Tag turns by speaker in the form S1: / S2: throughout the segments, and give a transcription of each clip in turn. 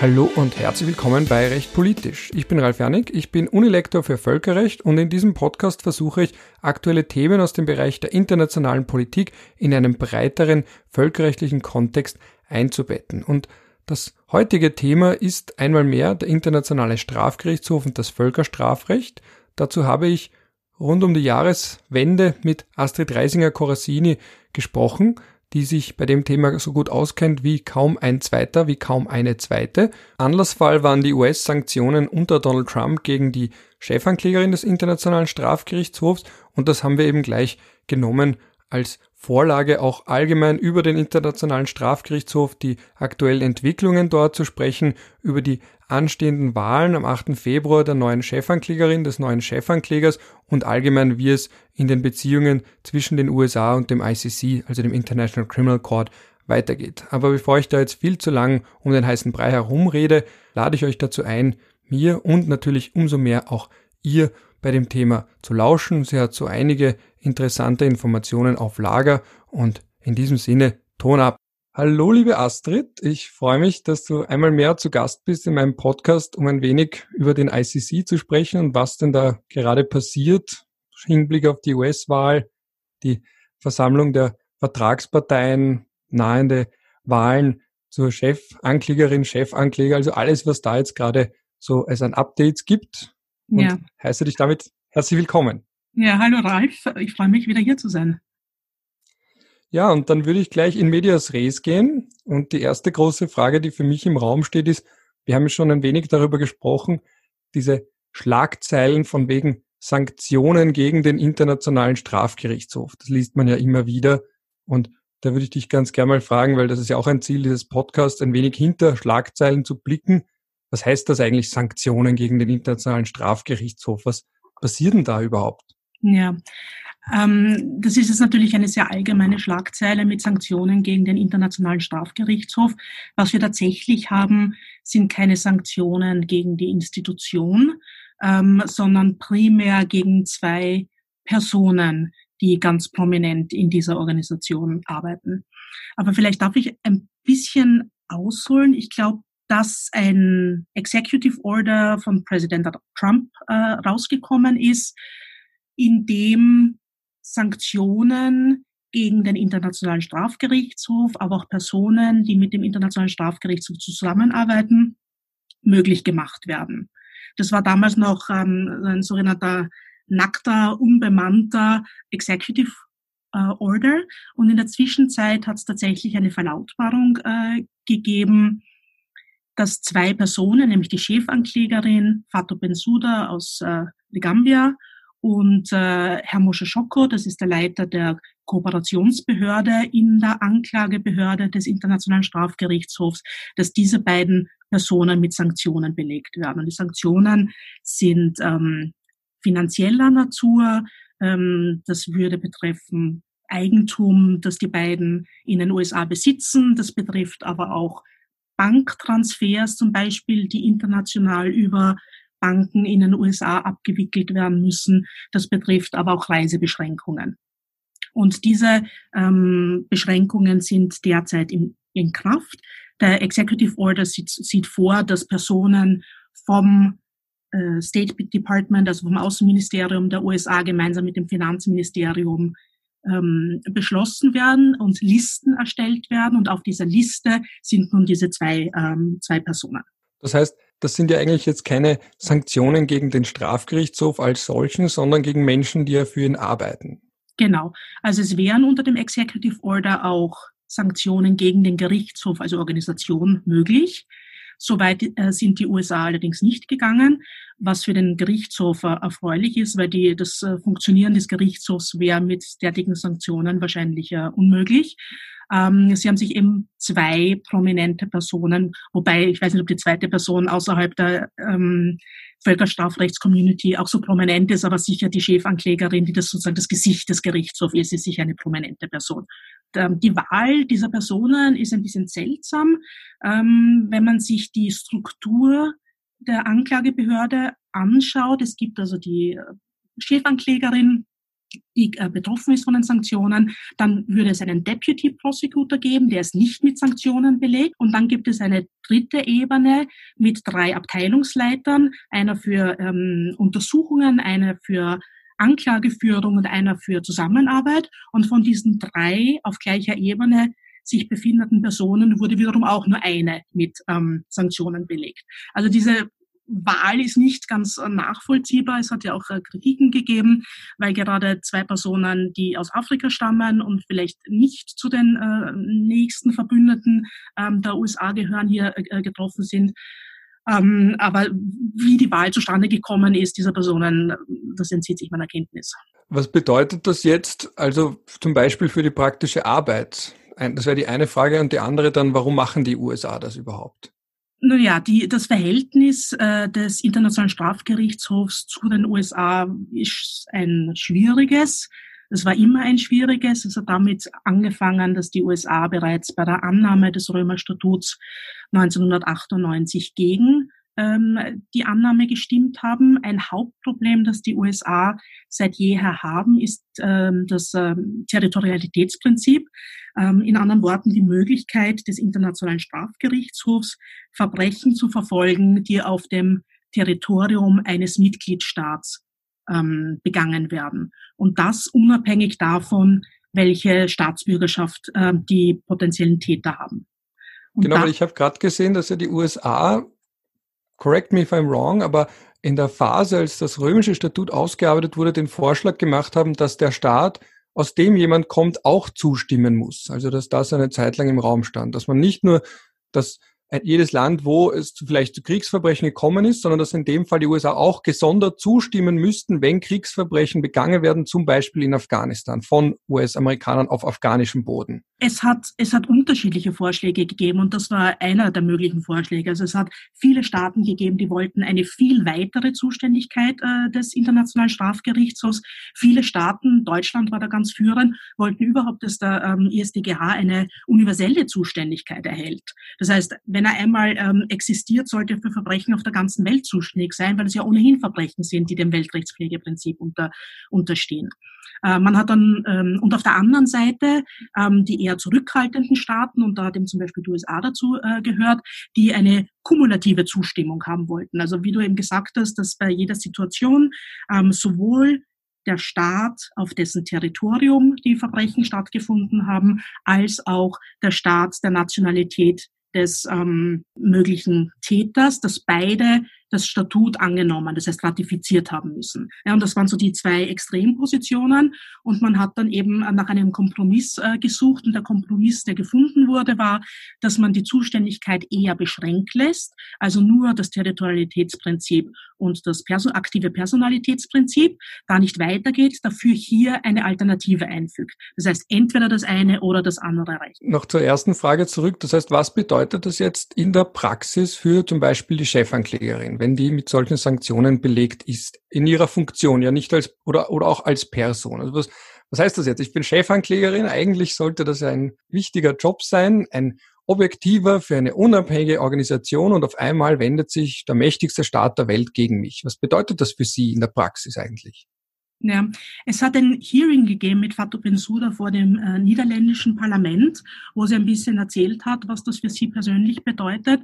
S1: Hallo und herzlich willkommen bei Recht Politisch. Ich bin Ralf Janik, ich bin Unilektor für Völkerrecht und in diesem Podcast versuche ich, aktuelle Themen aus dem Bereich der internationalen Politik in einem breiteren völkerrechtlichen Kontext einzubetten. Und das heutige Thema ist einmal mehr der Internationale Strafgerichtshof und das Völkerstrafrecht. Dazu habe ich rund um die Jahreswende mit Astrid Reisinger-Corazzini gesprochen, die sich bei dem Thema so gut auskennt wie kaum ein Zweiter, wie kaum eine Zweite. Anlassfall waren die US-Sanktionen unter Donald Trump gegen die Chefanklägerin des Internationalen Strafgerichtshofs und das haben wir eben gleich genommen als Vorlage, auch allgemein über den Internationalen Strafgerichtshof, die aktuellen Entwicklungen dort zu sprechen, über die anstehenden Wahlen am 8. Februar der neuen Chefanklägerin, des neuen Chefanklägers und allgemein, wie es in den Beziehungen zwischen den USA und dem ICC, also dem International Criminal Court, weitergeht. Aber bevor ich da jetzt viel zu lang um den heißen Brei herumrede, lade ich euch dazu ein, mir und natürlich umso mehr auch ihr bei dem Thema zu lauschen. Sie hat so einige interessante Informationen auf Lager und in diesem Sinne, Ton ab. Hallo liebe Astrid, ich freue mich, dass du einmal mehr zu Gast bist in meinem Podcast, um ein wenig über den ICC zu sprechen und was denn da gerade passiert, im Hinblick auf die US-Wahl, die Versammlung der Vertragsparteien, nahende Wahlen zur Chefanklägerin, Chefankläger, also alles, was da jetzt gerade so als ein Updates gibt. Und heiße dich damit herzlich willkommen.
S2: Ja, hallo Ralf, ich freue mich, wieder hier zu sein.
S1: Ja, und dann würde ich gleich in medias res gehen. Und die erste große Frage, die für mich im Raum steht, ist, wir haben schon ein wenig darüber gesprochen, diese Schlagzeilen von wegen Sanktionen gegen den Internationalen Strafgerichtshof. Das liest man ja immer wieder. Und da würde ich dich ganz gerne mal fragen, weil das ist ja auch ein Ziel dieses Podcasts, ein wenig hinter Schlagzeilen zu blicken. Was heißt das eigentlich, Sanktionen gegen den Internationalen Strafgerichtshof? Was passiert denn da überhaupt?
S2: Ja, das ist jetzt natürlich eine sehr allgemeine Schlagzeile mit Sanktionen gegen den Internationalen Strafgerichtshof. Was wir tatsächlich haben, sind keine Sanktionen gegen die Institution, sondern primär gegen zwei Personen, die ganz prominent in dieser Organisation arbeiten. Aber vielleicht darf ich ein bisschen ausholen. Ich glaube, dass ein Executive Order von Präsident Trump rausgekommen ist, in dem Sanktionen gegen den Internationalen Strafgerichtshof, aber auch Personen, die mit dem Internationalen Strafgerichtshof zusammenarbeiten, möglich gemacht werden. Das war damals noch ein sogenannter nackter, unbemannter Executive Order. Und in der Zwischenzeit hat es tatsächlich eine Verlautbarung gegeben, dass zwei Personen, nämlich die Chefanklägerin Fatou Bensouda aus der Gambia und Herr Moshe Sokko, das ist der Leiter der Kooperationsbehörde in der Anklagebehörde des Internationalen Strafgerichtshofs, dass diese beiden Personen mit Sanktionen belegt werden. Und die Sanktionen sind finanzieller Natur. Das würde betreffen Eigentum, das die beiden in den USA besitzen. Das betrifft aber auch Banktransfers zum Beispiel, die international über Banken in den USA abgewickelt werden müssen. Das betrifft aber auch Reisebeschränkungen. Und diese Beschränkungen sind derzeit in Kraft. Der Executive Order sieht vor, dass Personen vom State Department, also vom Außenministerium der USA gemeinsam mit dem Finanzministerium beschlossen werden und Listen erstellt werden. Und auf dieser Liste sind nun diese zwei Personen.
S1: Das heißt, das sind ja eigentlich jetzt keine Sanktionen gegen den Strafgerichtshof als solchen, sondern gegen Menschen, die ja für ihn arbeiten.
S2: Genau. Also es wären unter dem Executive Order auch Sanktionen gegen den Gerichtshof, also Organisation, möglich. Soweit sind die USA allerdings nicht gegangen, was für den Gerichtshof erfreulich ist, weil das Funktionieren des Gerichtshofs wäre mit derartigen Sanktionen wahrscheinlich unmöglich. Sie haben sich eben zwei prominente Personen, wobei ich weiß nicht, ob die zweite Person außerhalb der Völkerstrafrechts-Community auch so prominent ist, aber sicher die Chefanklägerin, die das sozusagen das Gesicht des Gerichtshofs ist sicher eine prominente Person. Die Wahl dieser Personen ist ein bisschen seltsam, wenn man sich die Struktur der Anklagebehörde anschaut. Es gibt also die Chefanklägerin, die betroffen ist von den Sanktionen. Dann würde es einen Deputy Prosecutor geben, der ist nicht mit Sanktionen belegt. Und dann gibt es eine dritte Ebene mit 3 Abteilungsleitern, einer für Untersuchungen, einer für Anklageführung und einer für Zusammenarbeit. Und von diesen 3 auf gleicher Ebene sich befindenden Personen wurde wiederum auch nur eine mit Sanktionen belegt. Also diese Wahl ist nicht ganz nachvollziehbar. Es hat ja auch Kritiken gegeben, weil gerade 2 Personen, die aus Afrika stammen und vielleicht nicht zu den nächsten Verbündeten der USA gehören, hier getroffen sind. Aber wie die Wahl zustande gekommen ist, dieser Personen, das entzieht sich meiner Kenntnis.
S1: Was bedeutet das jetzt also zum Beispiel für die praktische Arbeit? Das wäre die eine Frage. Und die andere dann, warum machen die USA das überhaupt?
S2: Naja, das Verhältnis des Internationalen Strafgerichtshofs zu den USA ist ein schwieriges. Es war immer ein schwieriges. Es hat damit angefangen, dass die USA bereits bei der Annahme des Römer-Statuts 1998 gegen die Annahme gestimmt haben. Ein Hauptproblem, das die USA seit jeher haben, ist das Territorialitätsprinzip. In anderen Worten die Möglichkeit des Internationalen Strafgerichtshofs, Verbrechen zu verfolgen, die auf dem Territorium eines Mitgliedstaats begangen werden. Und das unabhängig davon, welche Staatsbürgerschaft die potenziellen Täter haben. Und
S1: genau, weil ich habe gerade gesehen, dass ja die USA, correct me if I'm wrong, aber in der Phase, als das römische Statut ausgearbeitet wurde, den Vorschlag gemacht haben, dass der Staat, aus dem jemand kommt, auch zustimmen muss. Also dass das eine Zeit lang im Raum stand. Dass man nicht nur, dass jedes Land, wo es vielleicht zu Kriegsverbrechen gekommen ist, sondern dass in dem Fall die USA auch gesondert zustimmen müssten, wenn Kriegsverbrechen begangen werden, zum Beispiel in Afghanistan, von US-Amerikanern auf afghanischem Boden.
S2: Es hat unterschiedliche Vorschläge gegeben und das war einer der möglichen Vorschläge. Also es hat viele Staaten gegeben, die wollten eine viel weitere Zuständigkeit des Internationalen Strafgerichtshofs. Viele Staaten, Deutschland war da ganz führend, wollten überhaupt, dass der IStGH eine universelle Zuständigkeit erhält. Das heißt, wenn er einmal existiert, sollte er für Verbrechen auf der ganzen Welt zuständig sein, weil es ja ohnehin Verbrechen sind, die dem Weltrechtspflegeprinzip unterstehen. Man hat dann, und auf der anderen Seite die eher zurückhaltenden Staaten, und da hat eben zum Beispiel die USA dazu gehört, die eine kumulative Zustimmung haben wollten. Also wie du eben gesagt hast, dass bei jeder Situation sowohl der Staat, auf dessen Territorium die Verbrechen stattgefunden haben, als auch der Staat der Nationalität des möglichen Täters, dass beide das Statut angenommen, das heißt ratifiziert haben müssen. Ja, und das waren so die 2 Extrempositionen und man hat dann eben nach einem Kompromiss gesucht und der Kompromiss, der gefunden wurde, war, dass man die Zuständigkeit eher beschränkt lässt, also nur das Territorialitätsprinzip und das aktive Personalitätsprinzip, da nicht weitergeht, dafür hier eine Alternative einfügt. Das heißt, entweder das eine oder das andere Recht.
S1: Noch zur ersten Frage zurück. Das heißt, was bedeutet das jetzt in der Praxis für zum Beispiel die Chefanklägerin, wenn die mit solchen Sanktionen belegt ist, in ihrer Funktion, ja nicht als oder auch als Person? Also was heißt das jetzt? Ich bin Chefanklägerin, eigentlich sollte das ja ein wichtiger Job sein, ein objektiver für eine unabhängige Organisation und auf einmal wendet sich der mächtigste Staat der Welt gegen mich. Was bedeutet das für Sie in der Praxis eigentlich?
S2: Ja, es hat ein Hearing gegeben mit Fatou Bensouda vor dem niederländischen Parlament, wo sie ein bisschen erzählt hat, was das für sie persönlich bedeutet,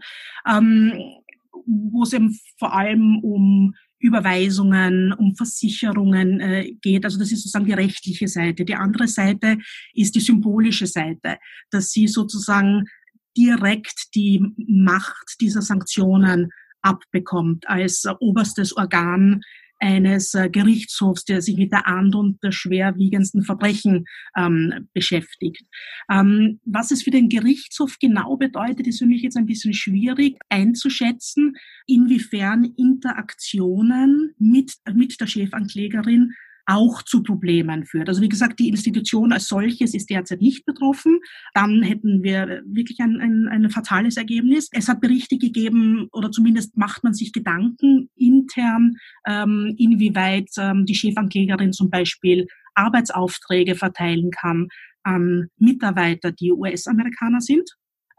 S2: wo es eben vor allem um Überweisungen, um Versicherungen geht. Also das ist sozusagen die rechtliche Seite. Die andere Seite ist die symbolische Seite, dass sie sozusagen direkt die Macht dieser Sanktionen abbekommt als oberstes Organ eines Gerichtshofs, der sich mit der Ahndung der schwerwiegendsten Verbrechen beschäftigt. Was es für den Gerichtshof genau bedeutet, ist für mich jetzt ein bisschen schwierig einzuschätzen, inwiefern Interaktionen mit der Chefanklägerin auch zu Problemen führt. Also wie gesagt, die Institution als solches ist derzeit nicht betroffen. Dann hätten wir wirklich ein fatales Ergebnis. Es hat Berichte gegeben, oder zumindest macht man sich Gedanken intern, inwieweit die Chefanklägerin zum Beispiel Arbeitsaufträge verteilen kann an Mitarbeiter, die US-Amerikaner sind.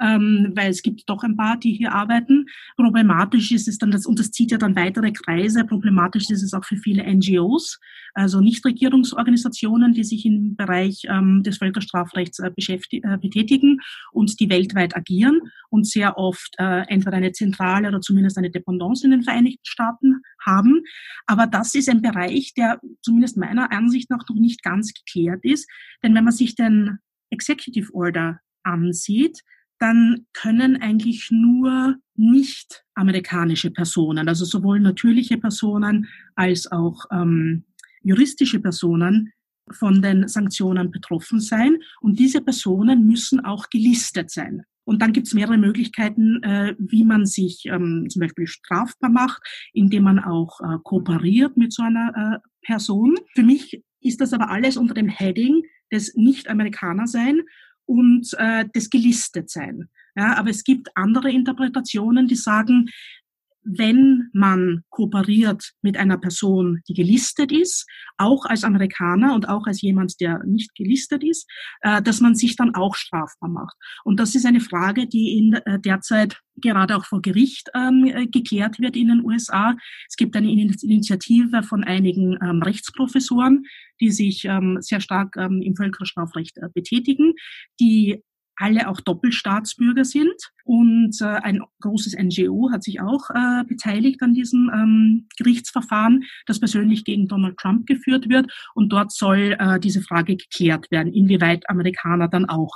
S2: weil es gibt doch ein paar, die hier arbeiten. Problematisch ist es dann, und das zieht ja dann weitere Kreise, problematisch ist es auch für viele NGOs, also Nichtregierungsorganisationen, die sich im Bereich des Völkerstrafrechts betätigen und die weltweit agieren und sehr oft entweder eine Zentrale oder zumindest eine Dependance in den Vereinigten Staaten haben. Aber das ist ein Bereich, der zumindest meiner Ansicht nach noch nicht ganz geklärt ist. Denn wenn man sich den Executive Order ansieht, dann können eigentlich nur nicht amerikanische Personen, also sowohl natürliche Personen als auch juristische Personen von den Sanktionen betroffen sein. Und diese Personen müssen auch gelistet sein. Und dann gibt es mehrere Möglichkeiten, wie man sich zum Beispiel strafbar macht, indem man auch kooperiert mit so einer Person. Für mich ist das aber alles unter dem Heading des Nicht-Amerikaner-Sein und des Gelistetsein. Ja, aber es gibt andere Interpretationen, die sagen, wenn man kooperiert mit einer Person, die gelistet ist, auch als Amerikaner und auch als jemand, der nicht gelistet ist, dass man sich dann auch strafbar macht. Und das ist eine Frage, die in derzeit gerade auch vor Gericht geklärt wird in den USA. Es gibt eine Initiative von einigen Rechtsprofessoren, die sich sehr stark im Völkerstrafrecht betätigen, die alle auch Doppelstaatsbürger sind. Und ein großes NGO hat sich auch beteiligt an diesem Gerichtsverfahren, das persönlich gegen Donald Trump geführt wird. Und dort soll diese Frage geklärt werden, inwieweit Amerikaner dann auch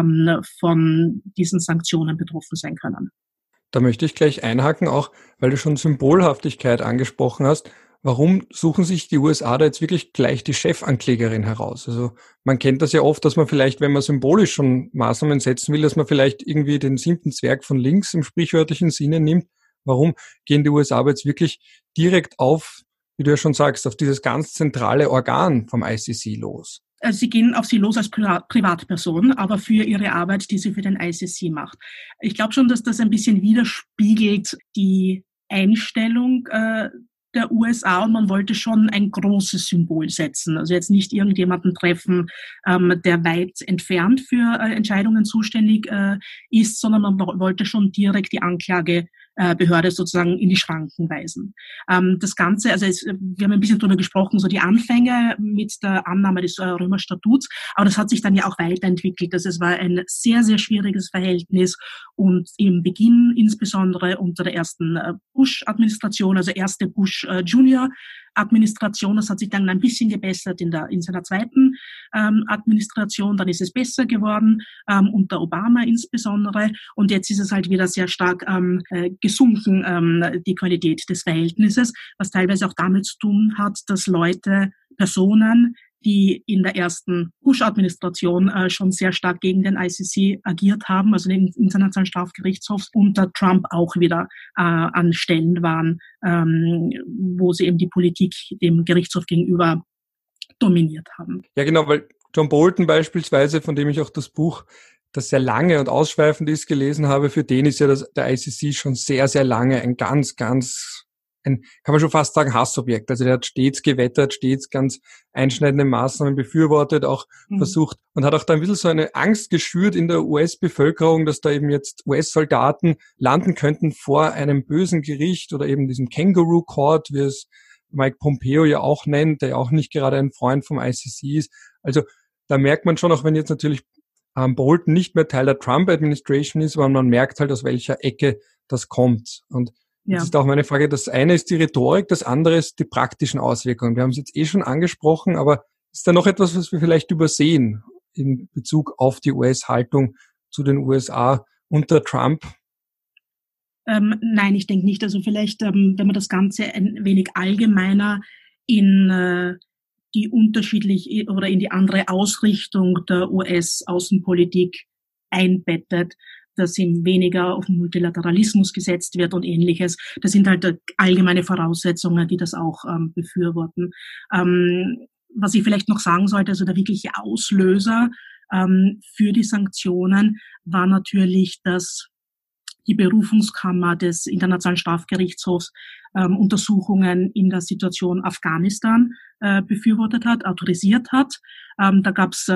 S2: von diesen Sanktionen betroffen sein können.
S1: Da möchte ich gleich einhaken, auch weil du schon Symbolhaftigkeit angesprochen hast. Warum suchen sich die USA da jetzt wirklich gleich die Chefanklägerin heraus? Also man kennt das ja oft, dass man vielleicht, wenn man symbolisch schon Maßnahmen setzen will, dass man vielleicht irgendwie den 7. Zwerg von links im sprichwörtlichen Sinne nimmt. Warum gehen die USA aber jetzt wirklich direkt auf, wie du ja schon sagst, auf dieses ganz zentrale Organ vom ICC los?
S2: Also sie gehen auf sie los als Privatperson, aber für ihre Arbeit, die sie für den ICC macht. Ich glaube schon, dass das ein bisschen widerspiegelt die Einstellung der USA, und man wollte schon ein großes Symbol setzen. Also jetzt nicht irgendjemanden treffen, der weit entfernt für Entscheidungen zuständig ist, sondern man wollte schon direkt die Anklagebehörde sozusagen in die Schranken weisen. Das Ganze, also wir haben ein bisschen darüber gesprochen, so die Anfänge mit der Annahme des Römerstatuts, aber das hat sich dann ja auch weiterentwickelt. Also es war ein sehr, sehr schwieriges Verhältnis und im Beginn insbesondere unter der ersten Bush-Administration, also erste Bush-Junior-Administration, das hat sich dann ein bisschen gebessert in seiner zweiten Administration, dann ist es besser geworden, unter Obama insbesondere, und jetzt ist es halt wieder sehr stark gesunken, die Qualität des Verhältnisses, was teilweise auch damit zu tun hat, dass Personen, die in der ersten Bush-Administration schon sehr stark gegen den ICC agiert haben, also den Internationalen Strafgerichtshof, unter Trump auch wieder an Stellen waren, wo sie eben die Politik dem Gerichtshof gegenüber dominiert haben.
S1: Ja, genau, weil John Bolton beispielsweise, von dem ich auch das Buch, das sehr lange und ausschweifend ist, gelesen habe, für den ist ja der ICC schon sehr, sehr lange ein kann man schon fast sagen, Hassobjekt. Also der hat stets gewettert, stets ganz einschneidende Maßnahmen befürwortet, auch versucht und hat auch da ein bisschen so eine Angst geschürt in der US-Bevölkerung, dass da eben jetzt US-Soldaten landen könnten vor einem bösen Gericht oder eben diesem Kangaroo Court, wie es Mike Pompeo ja auch nennt, der ja auch nicht gerade ein Freund vom ICC ist. Also da merkt man schon, auch wenn jetzt natürlich Bolton nicht mehr Teil der Trump-Administration ist, aber man merkt halt, aus welcher Ecke das kommt. Und das ist auch meine Frage. Das eine ist die Rhetorik, das andere ist die praktischen Auswirkungen. Wir haben es jetzt schon angesprochen, aber ist da noch etwas, was wir vielleicht übersehen in Bezug auf die US-Haltung zu den USA unter Trump?
S2: Nein, ich denke nicht. Also vielleicht, wenn man das Ganze ein wenig allgemeiner in die unterschiedlich oder in die andere Ausrichtung der US-Außenpolitik einbettet, dass ihm weniger auf Multilateralismus gesetzt wird und Ähnliches. Das sind halt allgemeine Voraussetzungen, die das auch befürworten. Was ich vielleicht noch sagen sollte, also der wirkliche Auslöser für die Sanktionen war natürlich, dass die Berufungskammer des Internationalen Strafgerichtshofs Untersuchungen in der Situation Afghanistan befürwortet hat, autorisiert hat. Da gab es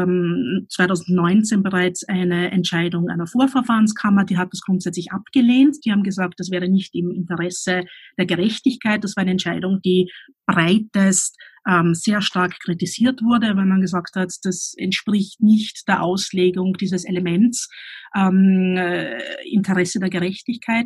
S2: 2019 bereits eine Entscheidung einer Vorverfahrenskammer, die hat das grundsätzlich abgelehnt. Die haben gesagt, das wäre nicht im Interesse der Gerechtigkeit. Das war eine Entscheidung, die breitest sehr stark kritisiert wurde, weil man gesagt hat, das entspricht nicht der Auslegung dieses Elements Interesse der Gerechtigkeit.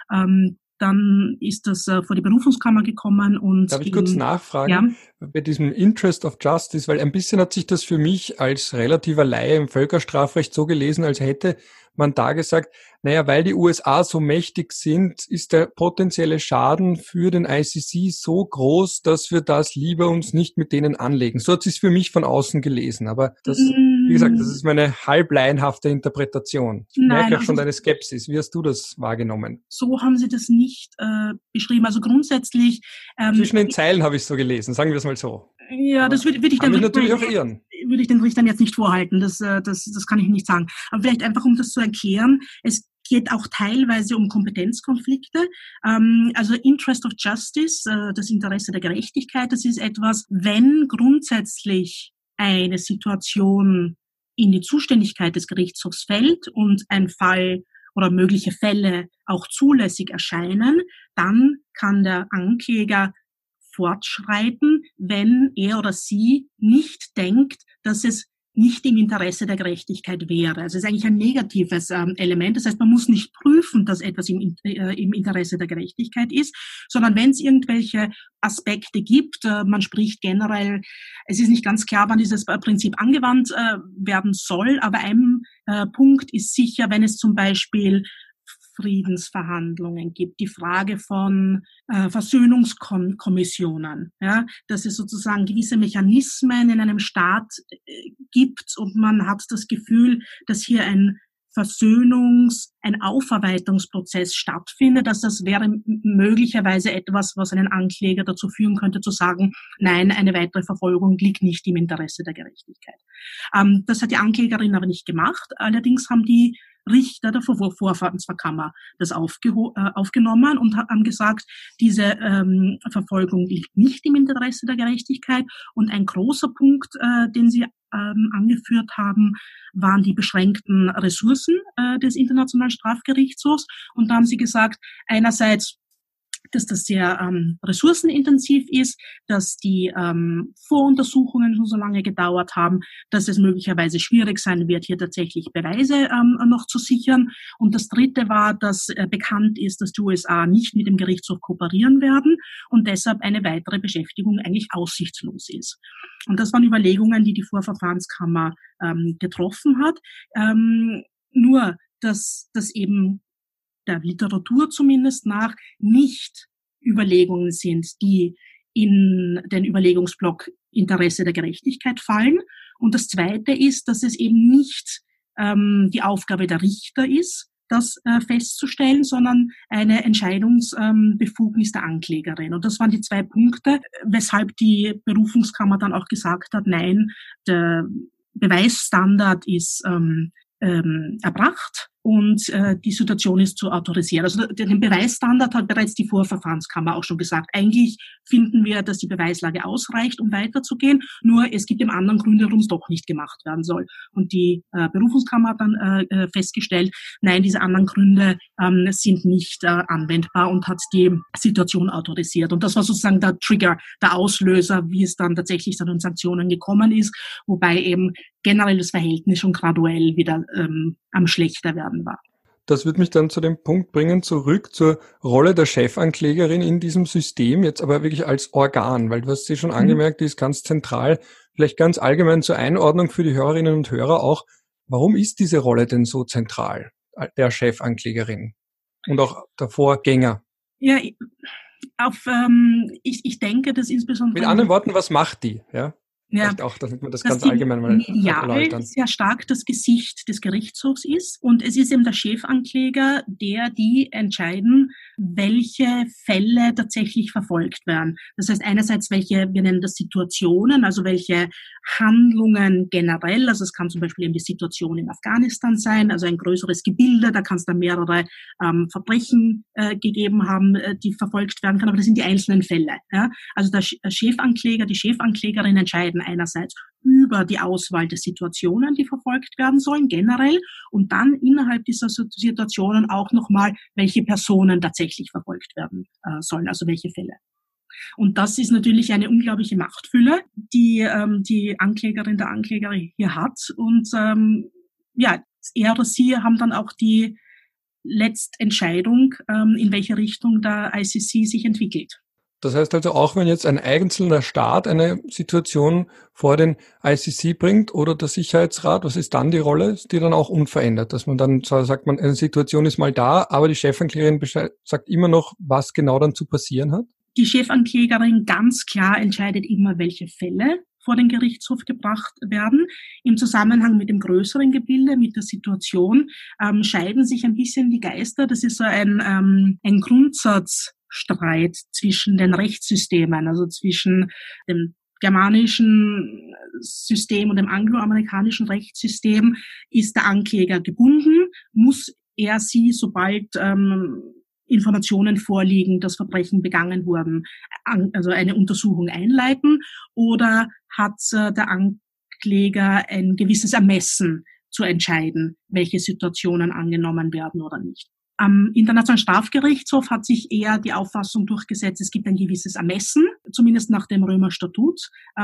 S2: Dann ist das vor die Berufungskammer gekommen und...
S1: Darf ich kurz nachfragen, bei diesem Interest of Justice, weil ein bisschen hat sich das für mich als relativer Laie im Völkerstrafrecht so gelesen, als hätte man da gesagt, naja, weil die USA so mächtig sind, ist der potenzielle Schaden für den ICC so groß, dass wir das lieber uns nicht mit denen anlegen. So hat es sich für mich von außen gelesen, aber das, wie gesagt, das ist meine halblaienhafte Interpretation. Ich merke auch schon deine Skepsis. Wie hast du das wahrgenommen?
S2: So haben sie das nicht beschrieben. Also grundsätzlich...
S1: Zwischen den Zeilen habe ich es so gelesen, sagen wir es mal so.
S2: Ja, aber das würde ich dann
S1: natürlich auch irren.
S2: Würde ich den Richtern jetzt nicht vorhalten. Das kann ich nicht sagen. Aber vielleicht einfach, um das zu erklären, es geht auch teilweise um Kompetenzkonflikte. Also Interest of Justice, das Interesse der Gerechtigkeit, das ist etwas, wenn grundsätzlich eine Situation in die Zuständigkeit des Gerichtshofs fällt und ein Fall oder mögliche Fälle auch zulässig erscheinen, dann kann der Ankläger fortschreiten, wenn er oder sie nicht denkt, dass es nicht im Interesse der Gerechtigkeit wäre. Also es ist eigentlich ein negatives Element. Das heißt, man muss nicht prüfen, dass etwas im Interesse der Gerechtigkeit ist, sondern wenn es irgendwelche Aspekte gibt, man spricht generell, es ist nicht ganz klar, wann dieses Prinzip angewandt werden soll, aber ein Punkt ist sicher, wenn es zum Beispiel Friedensverhandlungen gibt, die Frage von Versöhnungskommissionen, ja, dass es sozusagen gewisse Mechanismen in einem Staat gibt und man hat das Gefühl, dass hier ein Aufarbeitungsprozess stattfindet, dass das wäre möglicherweise etwas, was einen Ankläger dazu führen könnte, zu sagen, nein, eine weitere Verfolgung liegt nicht im Interesse der Gerechtigkeit. Das hat die Anklägerin aber nicht gemacht. Allerdings haben die Richter der Vorverfahrenskammer das aufgenommen und haben gesagt, diese Verfolgung liegt nicht im Interesse der Gerechtigkeit. Und ein großer Punkt, den sie angeführt haben, waren die beschränkten Ressourcen des Internationalen Strafgerichtshofs. Und da haben sie gesagt, einerseits, dass das sehr ressourcenintensiv ist, dass die Voruntersuchungen schon so lange gedauert haben, dass es möglicherweise schwierig sein wird, hier tatsächlich Beweise noch zu sichern. Und das Dritte war, dass bekannt ist, dass die USA nicht mit dem Gerichtshof kooperieren werden und deshalb eine weitere Beschäftigung eigentlich aussichtslos ist. Und das waren Überlegungen, die die Vorverfahrenskammer getroffen hat. Nur, dass das eben der Literatur zumindest nach nicht Überlegungen sind, die in den Überlegungsblock Interesse der Gerechtigkeit fallen. Und das Zweite ist, dass es eben nicht die Aufgabe der Richter ist, das festzustellen, sondern eine Entscheidungsbefugnis der Anklägerin. Und das waren die zwei Punkte, weshalb die Berufungskammer dann auch gesagt hat, nein, der Beweisstandard ist erbracht und die Situation ist zu autorisieren. Also den Beweisstandard hat bereits die Vorverfahrenskammer auch schon gesagt. Eigentlich finden wir, dass die Beweislage ausreicht, um weiterzugehen, nur es gibt eben anderen Gründe, warum es doch nicht gemacht werden soll. Und die Berufungskammer hat dann festgestellt, nein, diese anderen Gründe sind nicht anwendbar und hat die Situation autorisiert. Und das war sozusagen der Trigger, der Auslöser, wie es dann tatsächlich zu den Sanktionen gekommen ist, wobei eben generell das Verhältnis schon graduell wieder am schlechter werden war.
S1: Das wird mich dann zu dem Punkt bringen, zurück zur Rolle der Chefanklägerin in diesem System, jetzt aber wirklich als Organ, weil du hast sie schon angemerkt, die ist ganz zentral, vielleicht ganz allgemein zur Einordnung für die Hörerinnen und Hörer auch. Warum ist diese Rolle denn so zentral, der Chefanklägerin und auch der Vorgänger?
S2: Ja, ich denke, dass insbesondere...
S1: Mit anderen Worten, was macht die? Ja.
S2: Ja,
S1: vielleicht auch, damit man das ganz allgemein mal erläutern.
S2: Sehr stark das Gesicht des Gerichtshofs ist und es ist eben der Chefankläger, der die entscheiden welche Fälle tatsächlich verfolgt werden. Das heißt einerseits, welche, wir nennen das Situationen, also welche Handlungen generell, also es kann zum Beispiel eben die Situation in Afghanistan sein, also ein größeres Gebilde, da kann es dann mehrere Verbrechen gegeben haben, die verfolgt werden kann, aber das sind die einzelnen Fälle. Ja? Also der Chefankläger, die Chefanklägerin entscheiden einerseits über die Auswahl der Situationen, die verfolgt werden sollen, generell, und dann innerhalb dieser Situationen auch nochmal, welche Personen tatsächlich verfolgt werden sollen, also welche Fälle. Und das ist natürlich eine unglaubliche Machtfülle, die die Anklägerin, der Ankläger hier hat. Und ja, er oder sie haben dann auch die Letztentscheidung, in welche Richtung der ICC sich entwickelt.
S1: Das heißt also, auch wenn jetzt ein einzelner Staat eine Situation vor den ICC bringt oder der Sicherheitsrat, was ist dann die Rolle? Ist die dann auch unverändert? Dass man dann sagt, man, eine Situation ist mal da, aber die Chefanklägerin sagt immer noch, was genau dann zu passieren hat?
S2: Die Chefanklägerin ganz klar entscheidet immer, welche Fälle vor den Gerichtshof gebracht werden. Im Zusammenhang mit dem größeren Gebilde, mit der Situation, scheiden sich ein bisschen die Geister. Das ist so ein Grundsatzstreit zwischen den Rechtssystemen, also zwischen dem germanischen System und dem angloamerikanischen Rechtssystem. Ist der Ankläger gebunden? Muss er sie, sobald Informationen vorliegen, dass Verbrechen begangen wurden, also eine Untersuchung einleiten, oder hat der Ankläger ein gewisses Ermessen zu entscheiden, welche Situationen angenommen werden oder nicht? Am Internationalen Strafgerichtshof hat sich eher die Auffassung durchgesetzt, es gibt ein gewisses Ermessen, zumindest nach dem Römer Statut.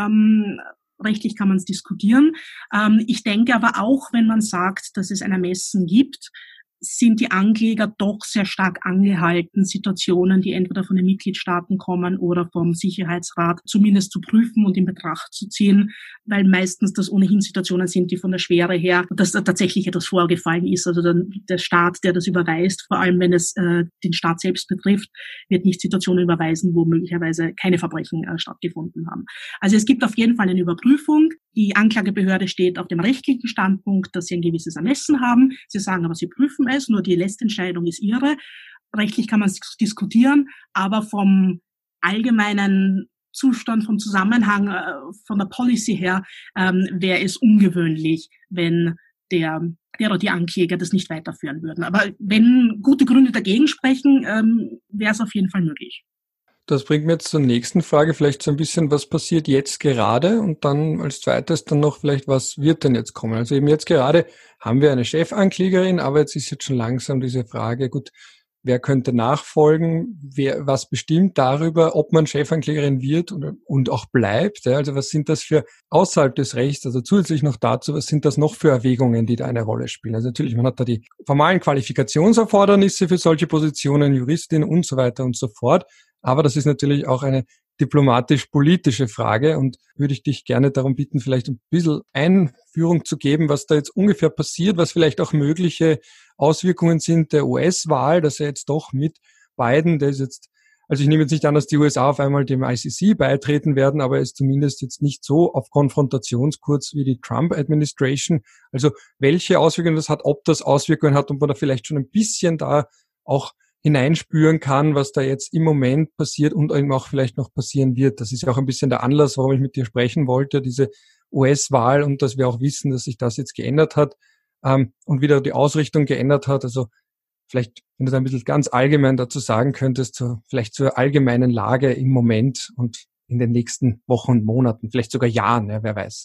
S2: Rechtlich kann man es diskutieren. Ich denke aber auch, wenn man sagt, dass es ein Ermessen gibt, sind die Ankläger doch sehr stark angehalten, Situationen, die entweder von den Mitgliedstaaten kommen oder vom Sicherheitsrat, zumindest zu prüfen und in Betracht zu ziehen, weil meistens das ohnehin Situationen sind, die von der Schwere her, dass da tatsächlich etwas vorgefallen ist. Also der Staat, der das überweist, vor allem wenn es den Staat selbst betrifft, wird nicht Situationen überweisen, wo möglicherweise keine Verbrechen stattgefunden haben. Also es gibt auf jeden Fall eine Überprüfung. Die Anklagebehörde steht auf dem rechtlichen Standpunkt, dass sie ein gewisses Ermessen haben. Sie sagen aber, sie prüfen es, nur die Letztentscheidung ist ihre. Rechtlich kann man es diskutieren, aber vom allgemeinen Zustand, vom Zusammenhang, von der Policy her, wäre es ungewöhnlich, wenn der oder die Ankläger das nicht weiterführen würden. Aber wenn gute Gründe dagegen sprechen, wäre es auf jeden Fall möglich.
S1: Das bringt mir jetzt zur nächsten Frage, vielleicht so ein bisschen, was passiert jetzt gerade, und dann als zweites dann noch vielleicht, was wird denn jetzt kommen? Also eben jetzt gerade haben wir eine Chefanklägerin, aber jetzt ist jetzt schon langsam diese Frage, gut, wer könnte nachfolgen, was bestimmt darüber, ob man Chefanklägerin wird und auch bleibt, ja? Also was sind das für außerhalb des Rechts, also zusätzlich noch dazu, was sind das noch für Erwägungen, die da eine Rolle spielen? Also natürlich, man hat da die formalen Qualifikationserfordernisse für solche Positionen, Juristin und so weiter und so fort. Aber das ist natürlich auch eine diplomatisch-politische Frage, und würde ich dich gerne darum bitten, vielleicht ein bisschen Einführung zu geben, was da jetzt ungefähr passiert, was vielleicht auch mögliche Auswirkungen sind der US-Wahl, dass er jetzt doch mit Biden, der ist jetzt, also ich nehme jetzt nicht an, dass die USA auf einmal dem ICC beitreten werden, aber er ist zumindest jetzt nicht so auf Konfrontationskurs wie die Trump-Administration. Also welche Auswirkungen das hat, ob das Auswirkungen hat und man da vielleicht schon ein bisschen da auch hineinspüren kann, was da jetzt im Moment passiert und eben auch vielleicht noch passieren wird. Das ist ja auch ein bisschen der Anlass, warum ich mit dir sprechen wollte, diese US-Wahl, und dass wir auch wissen, dass sich das jetzt geändert hat und wieder die Ausrichtung geändert hat. Also vielleicht, wenn du da ein bisschen ganz allgemein dazu sagen könntest, vielleicht zur allgemeinen Lage im Moment und in den nächsten Wochen und Monaten, vielleicht sogar Jahren, ja, wer weiß.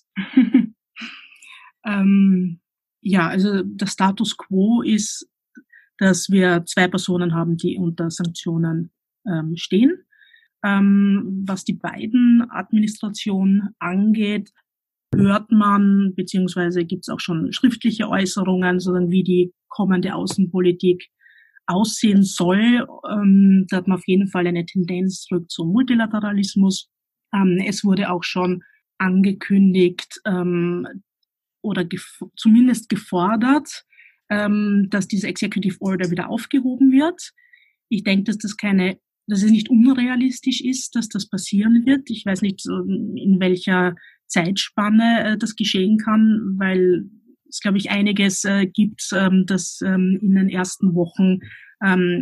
S2: Ja, also der Status quo ist, dass wir 2 Personen haben, die unter Sanktionen stehen. Was die Biden-Administration angeht, hört man, beziehungsweise gibt es auch schon schriftliche Äußerungen, sondern wie die kommende Außenpolitik aussehen soll. Da hat man auf jeden Fall eine Tendenz zurück zum Multilateralismus. Es wurde auch schon angekündigt oder zumindest gefordert, dass diese Executive Order wieder aufgehoben wird. Ich denke, dass es nicht unrealistisch ist, dass das passieren wird. Ich weiß nicht, in welcher Zeitspanne das geschehen kann, weil es, glaube ich, einiges gibt, das in den ersten Wochen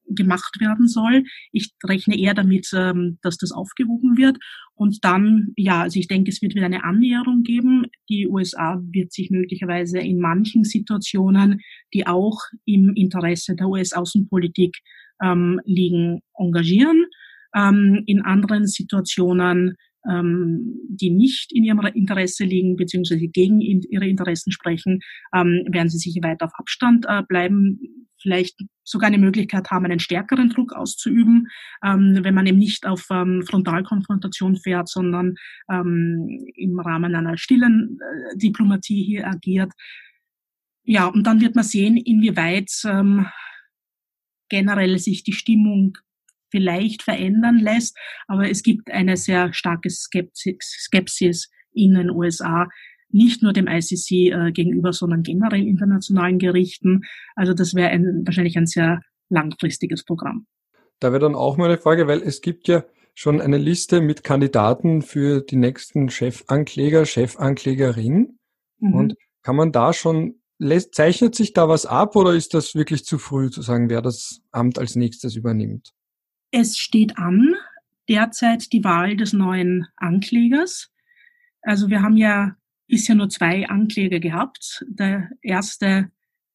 S2: gemacht werden soll. Ich rechne eher damit, dass das aufgehoben wird. Und dann, ja, also ich denke, es wird wieder eine Annäherung geben. Die USA wird sich möglicherweise in manchen Situationen, die auch im Interesse der US-Außenpolitik liegen, engagieren. In anderen Situationen, die nicht in ihrem Interesse liegen, beziehungsweise gegen ihre Interessen sprechen, werden sie sicher weiter auf Abstand bleiben, vielleicht sogar eine Möglichkeit haben, einen stärkeren Druck auszuüben, wenn man eben nicht auf Frontalkonfrontation fährt, sondern im Rahmen einer stillen Diplomatie hier agiert. Ja, und dann wird man sehen, inwieweit generell sich die Stimmung vielleicht verändern lässt, aber es gibt eine sehr starke Skepsis in den USA, nicht nur dem ICC gegenüber, sondern generell internationalen Gerichten. Also das wäre wahrscheinlich ein sehr langfristiges Programm.
S1: Da wäre dann auch mal eine Frage, weil es gibt ja schon eine Liste mit Kandidaten für die nächsten Chefankläger, Chefanklägerin. Und kann man da schon, zeichnet sich da was ab oder ist das wirklich zu früh zu sagen, wer das Amt als nächstes übernimmt?
S2: Es steht an, derzeit die Wahl des neuen Anklägers. Also wir haben ja bisher nur 2 Ankläger gehabt. Der erste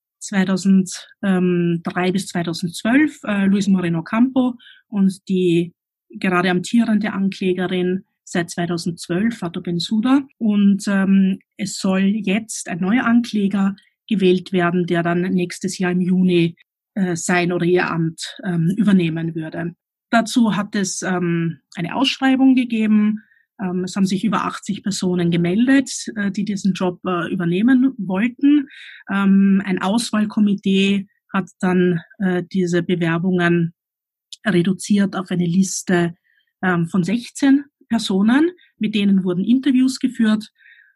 S2: 2003 bis 2012, Luis Moreno Ocampo, und die gerade amtierende Anklägerin seit 2012, Fatou Bensouda. Und es soll jetzt ein neuer Ankläger gewählt werden, der dann nächstes Jahr im Juni sein oder ihr Amt übernehmen würde. Dazu hat es eine Ausschreibung gegeben. Es haben sich über 80 Personen gemeldet, die diesen Job übernehmen wollten. Ein Auswahlkomitee hat dann diese Bewerbungen reduziert auf eine Liste von 16 Personen. Mit denen wurden Interviews geführt.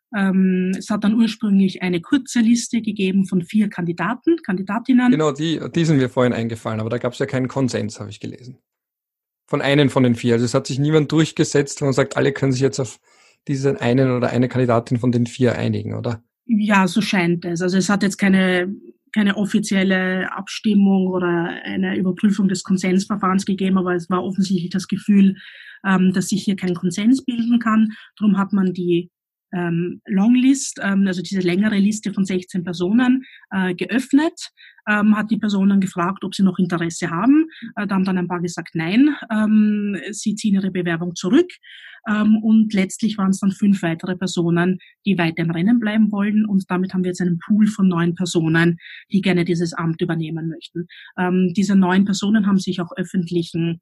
S2: Es hat dann ursprünglich eine kurze Liste gegeben von 4 Kandidatinnen.
S1: Genau, die sind mir vorhin eingefallen, aber da gab es ja keinen Konsens, habe ich gelesen. Von einem von den 4. Also es hat sich niemand durchgesetzt, wo man sagt, alle können sich jetzt auf diesen einen oder eine Kandidatin von den 4 einigen, oder?
S2: Ja, so scheint es. Also es hat jetzt keine offizielle Abstimmung oder eine Überprüfung des Konsensverfahrens gegeben, aber es war offensichtlich das Gefühl, dass sich hier kein Konsens bilden kann. Darum hat man die Longlist, also diese längere Liste von 16 Personen geöffnet, hat die Personen gefragt, ob sie noch Interesse haben. Da haben dann ein paar gesagt, nein, sie ziehen ihre Bewerbung zurück. Und letztlich waren es dann 5 weitere Personen, die weiter im Rennen bleiben wollen. Und damit haben wir jetzt einen Pool von 9 Personen, die gerne dieses Amt übernehmen möchten. Diese 9 Personen haben sich auch öffentlichen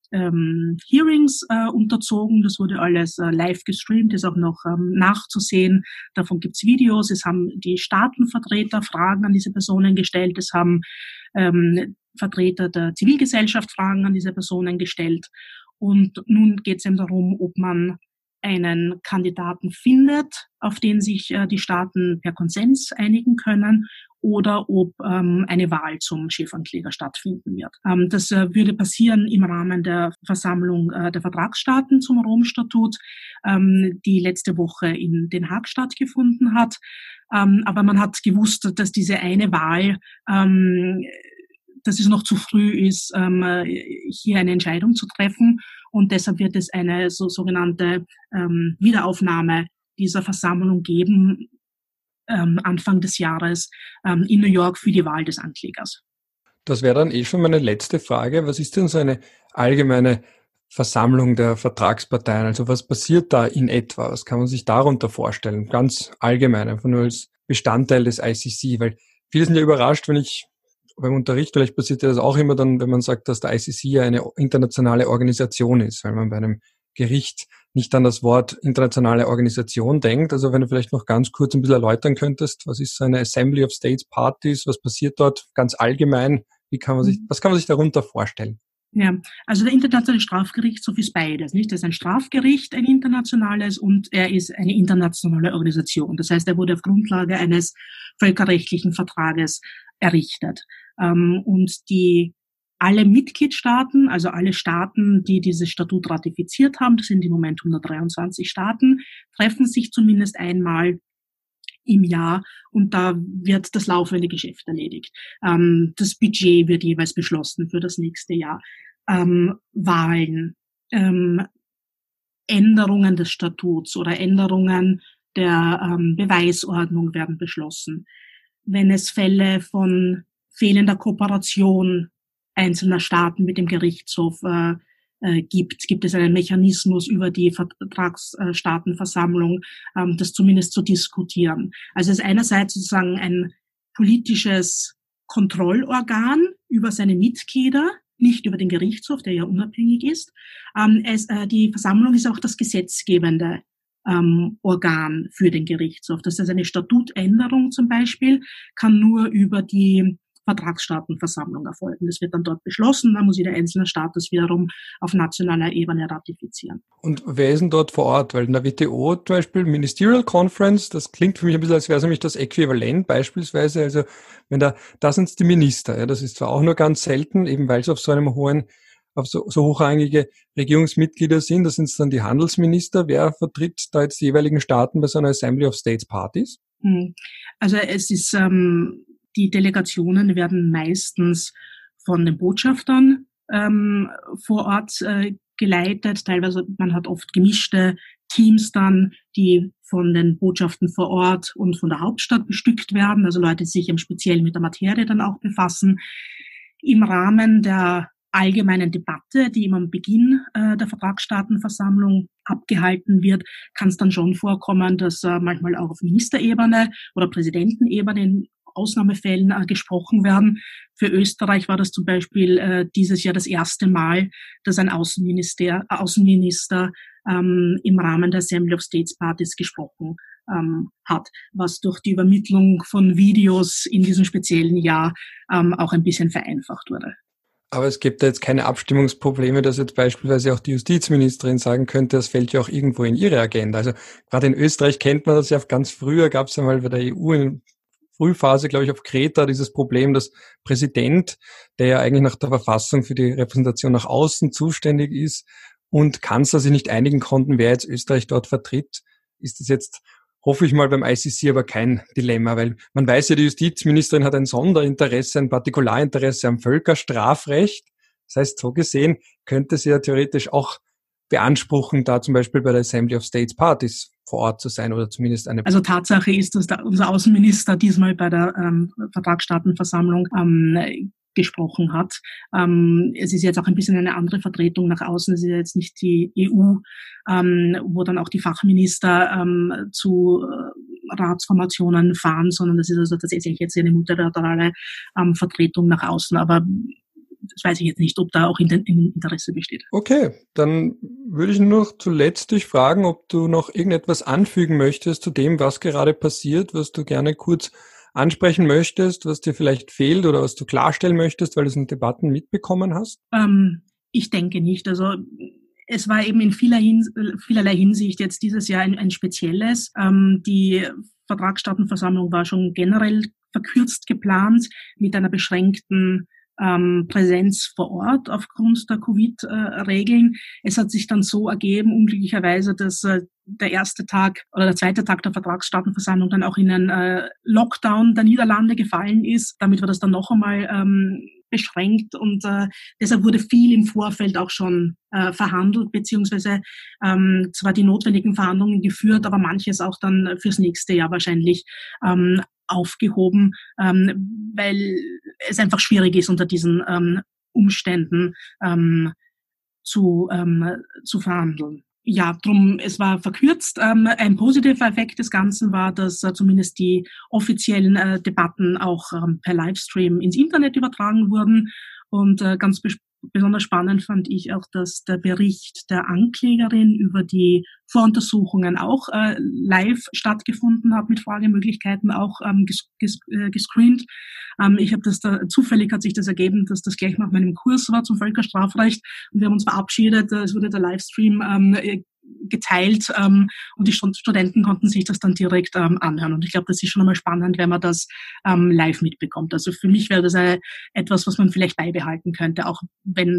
S2: Hearings unterzogen. Das wurde alles live gestreamt, ist auch noch nachzusehen. Davon gibt's Videos. Es haben die Staatenvertreter Fragen an diese Personen gestellt. Es haben Vertreter der Zivilgesellschaft Fragen an diese Personen gestellt. Und nun geht es eben darum, ob man einen Kandidaten findet, auf den sich die Staaten per Konsens einigen können, oder ob eine Wahl zum Chefankläger stattfinden wird. Das würde passieren im Rahmen der Versammlung der Vertragsstaaten zum Rom-Statut, die letzte Woche in Den Haag stattgefunden hat. Aber man hat gewusst, dass diese eine Wahl, dass es noch zu früh ist, hier eine Entscheidung zu treffen. Und deshalb wird es eine sogenannte Wiederaufnahme dieser Versammlung geben, Anfang des Jahres in New York für die Wahl des Anklägers.
S1: Das wäre dann schon meine letzte Frage. Was ist denn so eine allgemeine Versammlung der Vertragsparteien? Also was passiert da in etwa? Was kann man sich darunter vorstellen? Ganz allgemein, einfach nur als Bestandteil des ICC, weil viele sind ja überrascht, wenn ich beim Unterricht, vielleicht passiert ja das auch immer dann, wenn man sagt, dass der ICC ja eine internationale Organisation ist, weil man bei einem Gericht nicht an das Wort internationale Organisation denkt. Also wenn du vielleicht noch ganz kurz ein bisschen erläutern könntest, was ist so eine Assembly of States Parties, was passiert dort ganz allgemein, was kann man sich darunter vorstellen?
S2: Ja, also der Internationale Strafgerichtshof ist beides, nicht? Das ist ein Strafgericht, ein internationales, und er ist eine internationale Organisation. Das heißt, er wurde auf Grundlage eines völkerrechtlichen Vertrages errichtet. Und alle Mitgliedstaaten, also alle Staaten, die dieses Statut ratifiziert haben, das sind im Moment 123 Staaten, treffen sich zumindest einmal im Jahr und da wird das laufende Geschäft erledigt. Das Budget wird jeweils beschlossen für das nächste Jahr. Wahlen, Änderungen des Statuts oder Änderungen der Beweisordnung werden beschlossen. Wenn es Fälle von fehlender Kooperation einzelner Staaten mit dem Gerichtshof gibt es einen Mechanismus über die Vertragsstaatenversammlung, das zumindest zu diskutieren. Also es ist einerseits sozusagen ein politisches Kontrollorgan über seine Mitglieder, nicht über den Gerichtshof, der ja unabhängig ist. Die Versammlung ist auch das gesetzgebende Organ für den Gerichtshof. Das heißt, eine Statutänderung zum Beispiel kann nur über die Vertragsstaatenversammlung erfolgen. Das wird dann dort beschlossen, dann muss jeder einzelne Staat das wiederum auf nationaler Ebene ratifizieren.
S1: Und wer ist denn dort vor Ort? Weil in der WTO zum Beispiel Ministerial Conference, das klingt für mich ein bisschen, als wäre es nämlich das Äquivalent beispielsweise. Also wenn da sind es die Minister. Ja, das ist zwar auch nur ganz selten, eben weil es auf so einem auf so hochrangige Regierungsmitglieder sind. Das sind dann die Handelsminister. Wer vertritt da jetzt die jeweiligen Staaten bei so einer Assembly of States Parties?
S2: Also es ist die Delegationen werden meistens von den Botschaftern vor Ort geleitet. Teilweise, man hat oft gemischte Teams dann, die von den Botschaften vor Ort und von der Hauptstadt bestückt werden. Also Leute, die sich im Speziellen mit der Materie dann auch befassen. Im Rahmen der allgemeinen Debatte, die immer am Beginn der Vertragsstaatenversammlung abgehalten wird, kann es dann schon vorkommen, dass manchmal auch auf Ministerebene oder Präsidentenebene in Ausnahmefällen gesprochen werden. Für Österreich war das zum Beispiel dieses Jahr das erste Mal, dass ein Außenminister im Rahmen der Assembly of States Parties gesprochen hat, was durch die Übermittlung von Videos in diesem speziellen Jahr auch ein bisschen vereinfacht wurde.
S1: Aber es gibt da jetzt keine Abstimmungsprobleme, dass jetzt beispielsweise auch die Justizministerin sagen könnte, das fällt ja auch irgendwo in ihre Agenda. Also gerade in Österreich kennt man das ja, ganz früher gab es ja mal bei der EU in Frühphase, glaube ich, auf Kreta dieses Problem, dass Präsident, der ja eigentlich nach der Verfassung für die Repräsentation nach außen zuständig ist, und Kanzler sich nicht einigen konnten, wer jetzt Österreich dort vertritt. Ist das jetzt, hoffe ich mal, beim ICC aber kein Dilemma, weil man weiß ja, die Justizministerin hat ein Sonderinteresse, ein Partikularinteresse am Völkerstrafrecht. Das heißt, so gesehen könnte sie ja theoretisch auch beanspruchen, da zum Beispiel bei der Assembly of States Parties vor Ort zu sein oder zumindest eine...
S2: Also Tatsache ist, dass unser Außenminister diesmal bei der Vertragsstaatenversammlung gesprochen hat. Es ist jetzt auch ein bisschen eine andere Vertretung nach außen. Es ist jetzt nicht die EU, wo dann auch die Fachminister zu Ratsformationen fahren, sondern das ist also tatsächlich jetzt eine multilaterale Vertretung nach außen. Aber das weiß ich jetzt nicht, ob da auch Interesse besteht.
S1: Okay, dann würde ich nur noch zuletzt dich fragen, ob du noch irgendetwas anfügen möchtest zu dem, was gerade passiert, was du gerne kurz ansprechen möchtest, was dir vielleicht fehlt oder was du klarstellen möchtest, weil du es in Debatten mitbekommen hast?
S2: Ich denke nicht. Also es war eben in vielerlei Hinsicht jetzt dieses Jahr ein spezielles. Die Vertragsstaatenversammlung war schon generell verkürzt geplant mit einer beschränkten Präsenz vor Ort aufgrund der Covid-Regeln. Es hat sich dann so ergeben, unglücklicherweise, dass der erste Tag oder der zweite Tag der Vertragsstaatenversammlung dann auch in einen Lockdown der Niederlande gefallen ist. Damit war das dann noch einmal beschränkt und deshalb wurde viel im Vorfeld auch schon verhandelt, beziehungsweise zwar die notwendigen Verhandlungen geführt, aber manches auch dann fürs nächste Jahr wahrscheinlich aufgehoben, weil es einfach schwierig ist, unter diesen Umständen zu verhandeln. Ja, drum, es war verkürzt. Ein positiver Effekt des Ganzen war, dass zumindest die offiziellen Debatten auch per Livestream ins Internet übertragen wurden. Und ganz besonders spannend fand ich auch, dass der Bericht der Anklägerin über die Voruntersuchungen auch live stattgefunden hat, mit Fragemöglichkeiten auch gescreent. Ich habe das da, zufällig hat sich das ergeben, dass das gleich nach meinem Kurs war zum Völkerstrafrecht und wir haben uns verabschiedet, es wurde der Livestream geteilt und die Studenten konnten sich das dann direkt anhören. Und ich glaube, das ist schon einmal spannend, wenn man das live mitbekommt. Also für mich wäre das etwas, was man vielleicht beibehalten könnte, auch wenn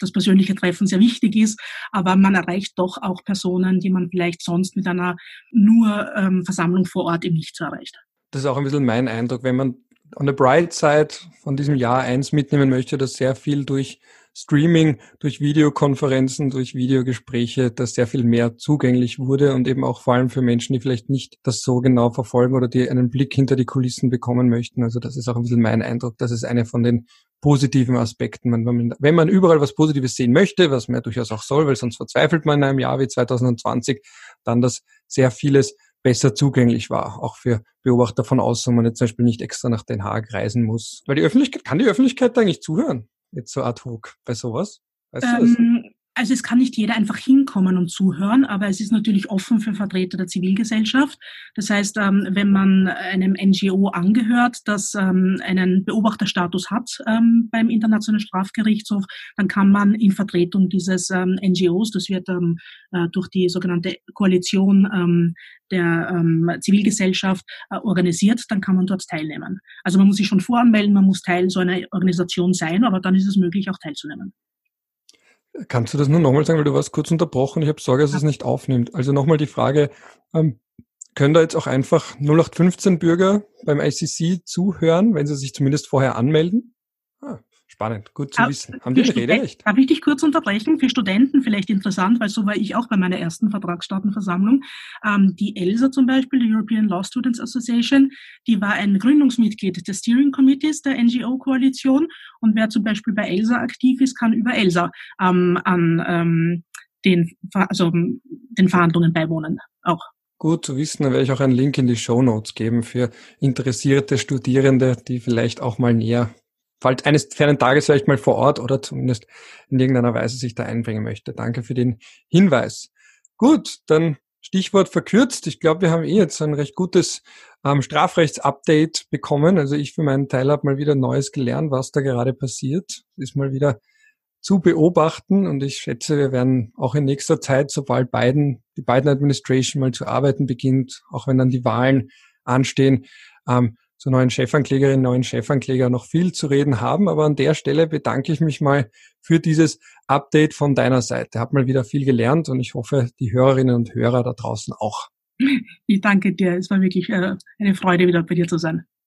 S2: das persönliche Treffen sehr wichtig ist, aber man erreicht doch auch Personen, die man vielleicht sonst mit einer nur Versammlung vor Ort eben nicht so erreicht.
S1: Das ist auch ein bisschen mein Eindruck, wenn man on the bright side von diesem Jahr 1 mitnehmen möchte, dass sehr viel durch Streaming, durch Videokonferenzen, durch Videogespräche, dass sehr viel mehr zugänglich wurde und eben auch vor allem für Menschen, die vielleicht nicht das so genau verfolgen oder die einen Blick hinter die Kulissen bekommen möchten. Also das ist auch ein bisschen mein Eindruck. Das ist eine von den positiven Aspekten. Wenn man überall was Positives sehen möchte, was man ja durchaus auch soll, weil sonst verzweifelt man in einem Jahr wie 2020, dann, dass sehr vieles besser zugänglich war, auch für Beobachter von außen, wo man jetzt zum Beispiel nicht extra nach Den Haag reisen muss. Weil kann die Öffentlichkeit da eigentlich zuhören? Jetzt so ad hoc bei sowas? Weißt du das?
S2: Also es kann nicht jeder einfach hinkommen und zuhören, aber es ist natürlich offen für Vertreter der Zivilgesellschaft. Das heißt, wenn man einem NGO angehört, das einen Beobachterstatus hat beim Internationalen Strafgerichtshof, dann kann man in Vertretung dieses NGOs, das wird durch die sogenannte Koalition der Zivilgesellschaft organisiert, dann kann man dort teilnehmen. Also man muss sich schon voranmelden, man muss Teil so einer Organisation sein, aber dann ist es möglich, auch teilzunehmen.
S1: Kannst du das nur nochmal sagen, weil du warst kurz unterbrochen. Ich habe Sorge, dass es nicht aufnimmt. Also nochmal die Frage, können da jetzt auch einfach 0815 Bürger beim ICC zuhören, wenn sie sich zumindest vorher anmelden? Spannend, gut zu wissen. Haben die ein Rederecht?
S2: Darf ich dich kurz unterbrechen? Für Studenten vielleicht interessant, weil so war ich auch bei meiner ersten Vertragsstaatenversammlung. Die ELSA zum Beispiel, die European Law Students Association, die war ein Gründungsmitglied des Steering Committees der NGO-Koalition. Und wer zum Beispiel bei ELSA aktiv ist, kann über ELSA an den Verhandlungen beiwohnen auch.
S1: Gut zu wissen, dann werde ich auch einen Link in die Shownotes geben für interessierte Studierende, die vielleicht auch mal näher, falls eines fernen Tages vielleicht mal vor Ort oder zumindest in irgendeiner Weise sich da einbringen möchte. Danke für den Hinweis. Gut, dann Stichwort verkürzt. Ich glaube, wir haben jetzt ein recht gutes Strafrechtsupdate bekommen. Also ich für meinen Teil habe mal wieder Neues gelernt, was da gerade passiert. Ist mal wieder zu beobachten und ich schätze, wir werden auch in nächster Zeit, sobald die Biden Administration mal zu arbeiten beginnt, auch wenn dann die Wahlen anstehen, zur neuen Chefanklägerin, neuen Chefankläger noch viel zu reden haben. Aber an der Stelle bedanke ich mich mal für dieses Update von deiner Seite. Hab mal wieder viel gelernt und ich hoffe, die Hörerinnen und Hörer da draußen auch.
S2: Ich danke dir. Es war wirklich eine Freude, wieder bei dir zu sein.